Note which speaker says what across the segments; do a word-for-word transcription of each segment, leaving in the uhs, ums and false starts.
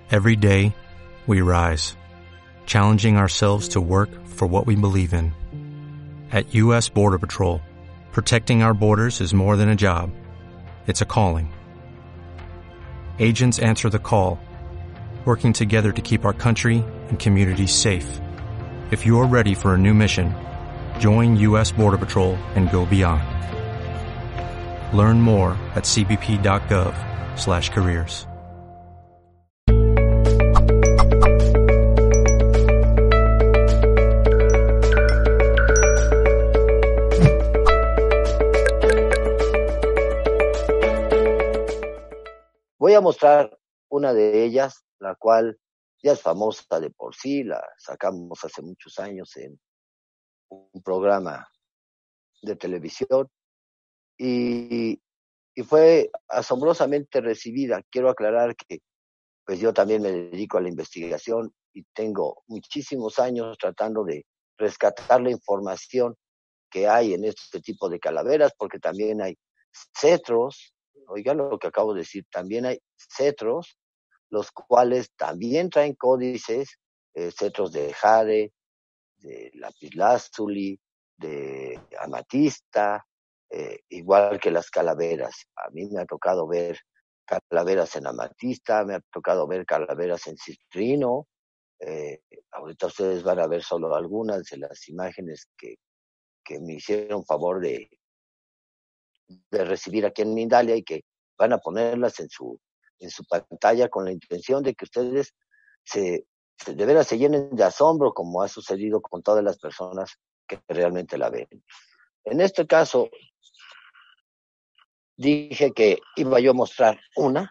Speaker 1: Every day, we rise, challenging ourselves to work for what we believe in. At U S Border Patrol, protecting our borders is more than a job. It's a calling. Agents answer the call, working together to keep our country and communities safe. If you're ready for a new mission, join U S Border Patrol and go beyond. Learn more at c b p dot gov slash careers.
Speaker 2: Voy a mostrar una de ellas, la cual ya es famosa de por sí, la sacamos hace muchos años en un programa de televisión y, y fue asombrosamente recibida. Quiero aclarar que pues yo también me dedico a la investigación y tengo muchísimos años tratando de rescatar la información que hay en este tipo de calaveras, porque también hay cetros. Oigan lo que acabo de decir, también hay cetros, los cuales también traen códices, eh, cetros de jade, de lapislázuli, de amatista, eh, igual que las calaveras. A mí me ha tocado ver calaveras en amatista, me ha tocado ver calaveras en citrino. Eh, ahorita ustedes van a ver solo algunas de las imágenes que, que me hicieron favor de de recibir aquí en Mindalia y que van a ponerlas en su en su pantalla con la intención de que ustedes se, se de veras se llenen de asombro, como ha sucedido con todas las personas que realmente la ven. En este caso, dije que iba yo a mostrar una.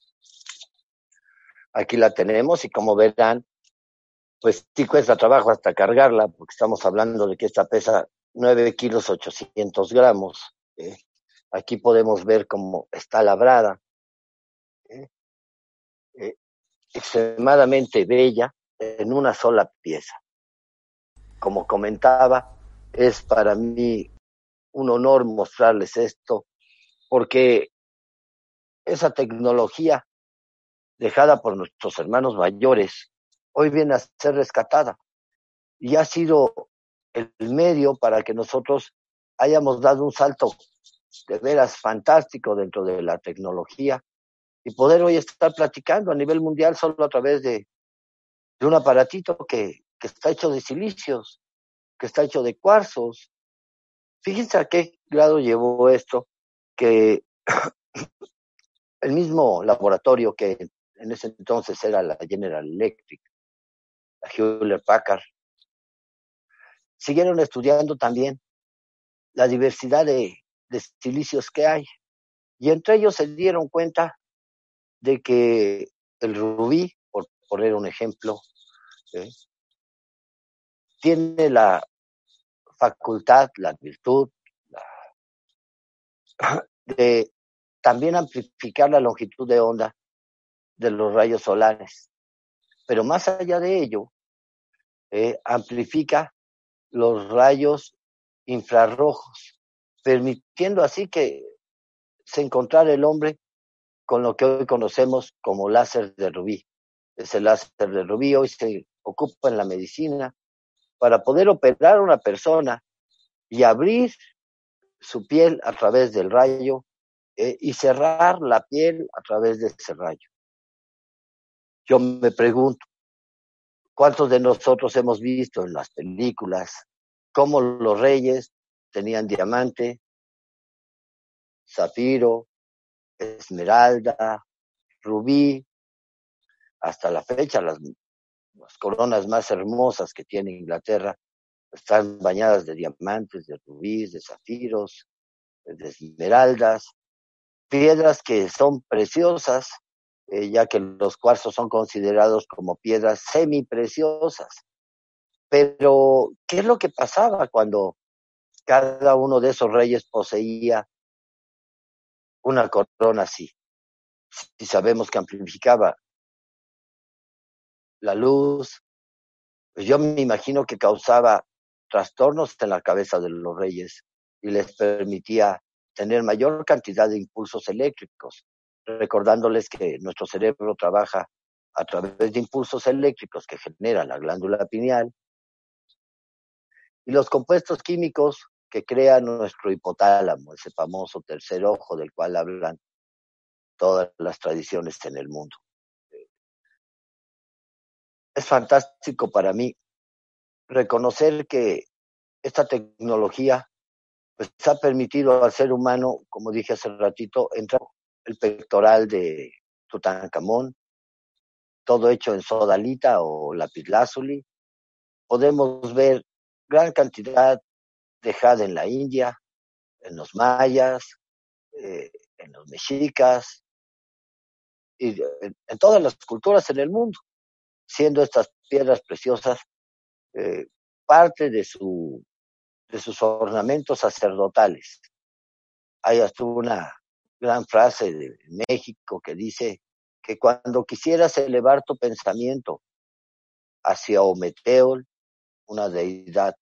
Speaker 2: Aquí la tenemos y como verán, pues sí cuesta trabajo hasta cargarla, porque estamos hablando de que esta pesa nueve kilos ochocientos gramos. ¿eh? Aquí podemos ver cómo está labrada, ¿eh? Eh, extremadamente bella en una sola pieza. Como comentaba, es para mí un honor mostrarles esto, porque esa tecnología dejada por nuestros hermanos mayores hoy viene a ser rescatada y ha sido el medio para que nosotros hayamos dado un salto de veras fantástico dentro de la tecnología y poder hoy estar platicando a nivel mundial solo a través de, de un aparatito que, que está hecho de silicios, que está hecho de cuarzos. Fíjense a qué grado llevó esto, que el mismo laboratorio que en ese entonces era la General Electric, la Hewlett Packard, siguieron estudiando también la diversidad de, de silicios que hay. Y entre ellos se dieron cuenta de que el rubí, por poner un ejemplo, ¿eh? tiene la facultad, la virtud, la, de también amplificar la longitud de onda de los rayos solares. Pero más allá de ello, eh, amplifica los rayos infrarrojos, permitiendo así que se encontrara el hombre con lo que hoy conocemos como láser de rubí. Ese láser de rubí hoy se ocupa en la medicina para poder operar a una persona y abrir su piel a través del rayo eh, y cerrar la piel a través de ese rayo. Yo me pregunto, ¿cuántos de nosotros hemos visto en las películas cómo los reyes tenían diamante, zafiro, esmeralda, rubí? Hasta la fecha, las, las coronas más hermosas que tiene Inglaterra están bañadas de diamantes, de rubíes, de zafiros, de esmeraldas, piedras que son preciosas, eh, ya que los cuarzos son considerados como piedras semipreciosas. Pero, ¿qué es lo que pasaba cuando cada uno de esos reyes poseía una corona así? Si sabemos que amplificaba la luz, pues yo me imagino que causaba trastornos en la cabeza de los reyes y les permitía tener mayor cantidad de impulsos eléctricos, recordándoles que nuestro cerebro trabaja a través de impulsos eléctricos que genera la glándula pineal, y los compuestos químicos que crea nuestro hipotálamo, ese famoso tercer ojo del cual hablan todas las tradiciones en el mundo. Es fantástico para mí reconocer que esta tecnología pues, ha permitido al ser humano, como dije hace ratito, entrar el pectoral de Tutankamón, todo hecho en sodalita o lapislázuli. Podemos ver gran cantidad de jade en la India, en los mayas, eh, en los mexicas, y en, en todas las culturas en el mundo, siendo estas piedras preciosas eh, parte de, su, de sus ornamentos sacerdotales. Hay hasta una gran frase de México que dice que cuando quisieras elevar tu pensamiento hacia Ometeotl, una deidad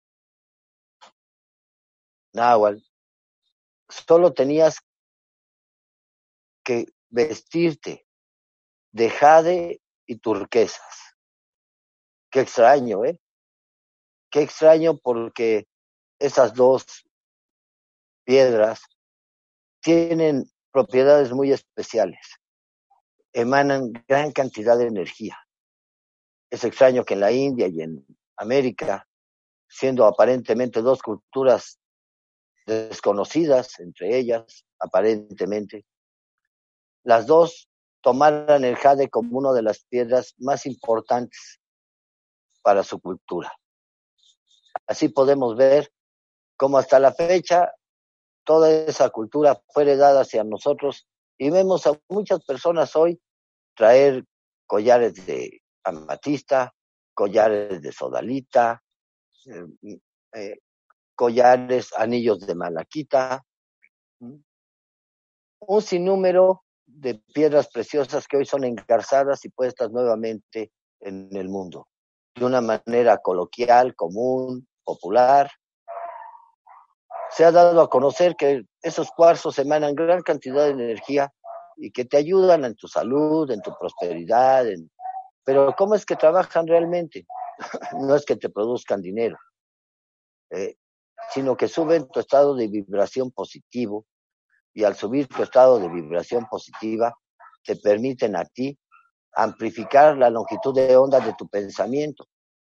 Speaker 2: náhuatl, solo tenías que vestirte de jade y turquesas. Qué extraño, ¿eh? Qué extraño porque esas dos piedras tienen propiedades muy especiales, emanan gran cantidad de energía. Es extraño que en la India y en América, siendo aparentemente dos culturas desconocidas entre ellas, aparentemente, las dos tomaran el jade como una de las piedras más importantes para su cultura. Así podemos ver cómo hasta la fecha toda esa cultura fue heredada hacia nosotros y vemos a muchas personas hoy traer collares de amatista, collares de sodalita, eh, eh, collares, anillos de malaquita, un sinnúmero de piedras preciosas que hoy son engarzadas y puestas nuevamente en el mundo, de una manera coloquial, común, popular. Se ha dado a conocer que esos cuarzos emanan gran cantidad de energía y que te ayudan en tu salud, en tu prosperidad, en... pero ¿cómo es que trabajan realmente? No es que te produzcan dinero, eh, sino que suben tu estado de vibración positivo, y al subir tu estado de vibración positiva, te permiten a ti amplificar la longitud de onda de tu pensamiento.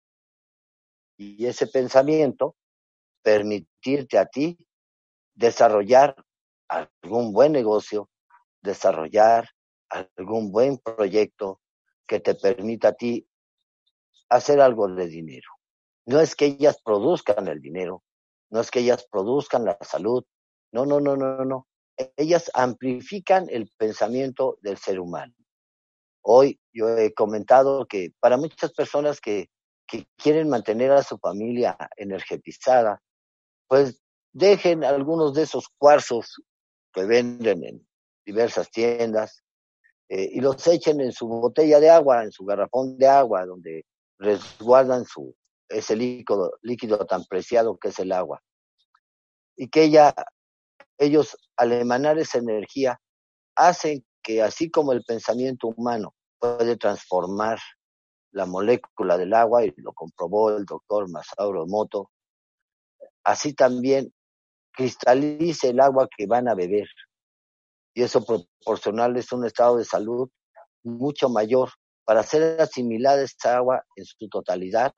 Speaker 2: Y ese pensamiento, permitirte a ti desarrollar algún buen negocio, desarrollar algún buen proyecto que te permita a ti hacer algo de dinero. No es que ellas produzcan el dinero, no es que ellas produzcan la salud, no, no, no, no, no. Ellas amplifican el pensamiento del ser humano. Hoy yo he comentado que para muchas personas que, que quieren mantener a su familia energetizada, pues dejen algunos de esos cuarzos que venden en diversas tiendas eh, y los echen en su botella de agua, en su garrafón de agua, donde resguardan su, ese líquido, líquido tan preciado que es el agua. Y que ella, ellos, al emanar esa energía, hacen que así como el pensamiento humano puede transformar la molécula del agua, y lo comprobó el doctor Masaru Emoto, así también cristalice el agua que van a beber, y eso proporcionarles un estado de salud mucho mayor para hacer asimilada esta agua en su totalidad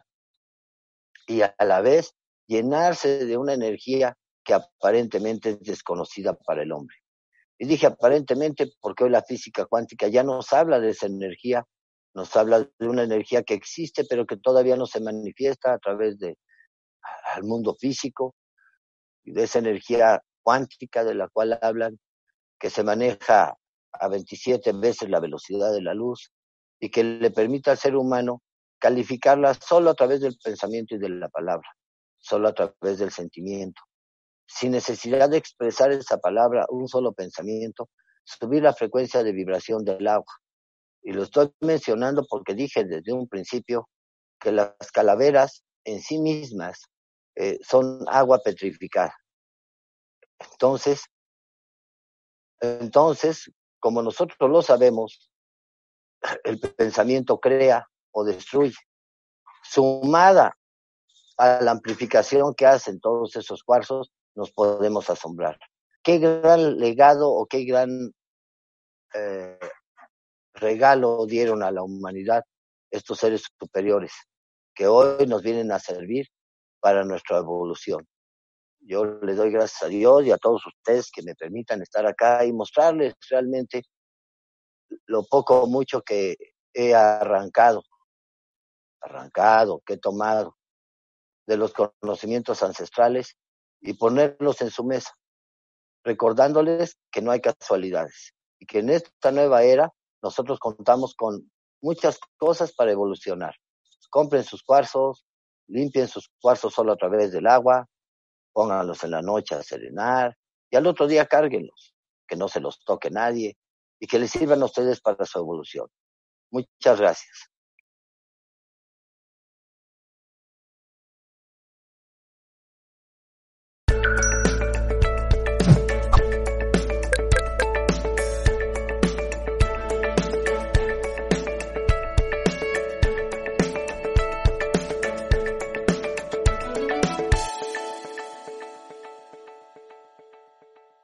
Speaker 2: y a la vez llenarse de una energía que aparentemente es desconocida para el hombre. Y dije aparentemente porque hoy la física cuántica ya nos habla de esa energía, nos habla de una energía que existe pero que todavía no se manifiesta a través de al mundo físico, y de esa energía cuántica de la cual hablan, que se maneja a veintisiete veces la velocidad de la luz y que le permite al ser humano calificarla solo a través del pensamiento y de la palabra, solo a través del sentimiento, sin necesidad de expresar esa palabra, un solo pensamiento, subir la frecuencia de vibración del agua. Y lo estoy mencionando porque dije desde un principio que las calaveras en sí mismas eh, son agua petrificada. Entonces, entonces, como nosotros lo sabemos, el pensamiento crea o destruye. Sumada a la amplificación que hacen todos esos cuarzos, nos podemos asombrar. Qué gran legado o qué gran eh, regalo dieron a la humanidad estos seres superiores, que hoy nos vienen a servir para nuestra evolución. Yo le doy gracias a Dios y a todos ustedes que me permitan estar acá y mostrarles realmente lo poco o mucho que he arrancado, arrancado, que he tomado de los conocimientos ancestrales y ponerlos en su mesa, recordándoles que no hay casualidades y que en esta nueva era nosotros contamos con muchas cosas para evolucionar. Compren sus cuarzos, limpien sus cuarzos solo a través del agua, pónganlos en la noche a serenar y al otro día cárguenlos, que no se los toque nadie y que les sirvan a ustedes para su evolución. Muchas gracias.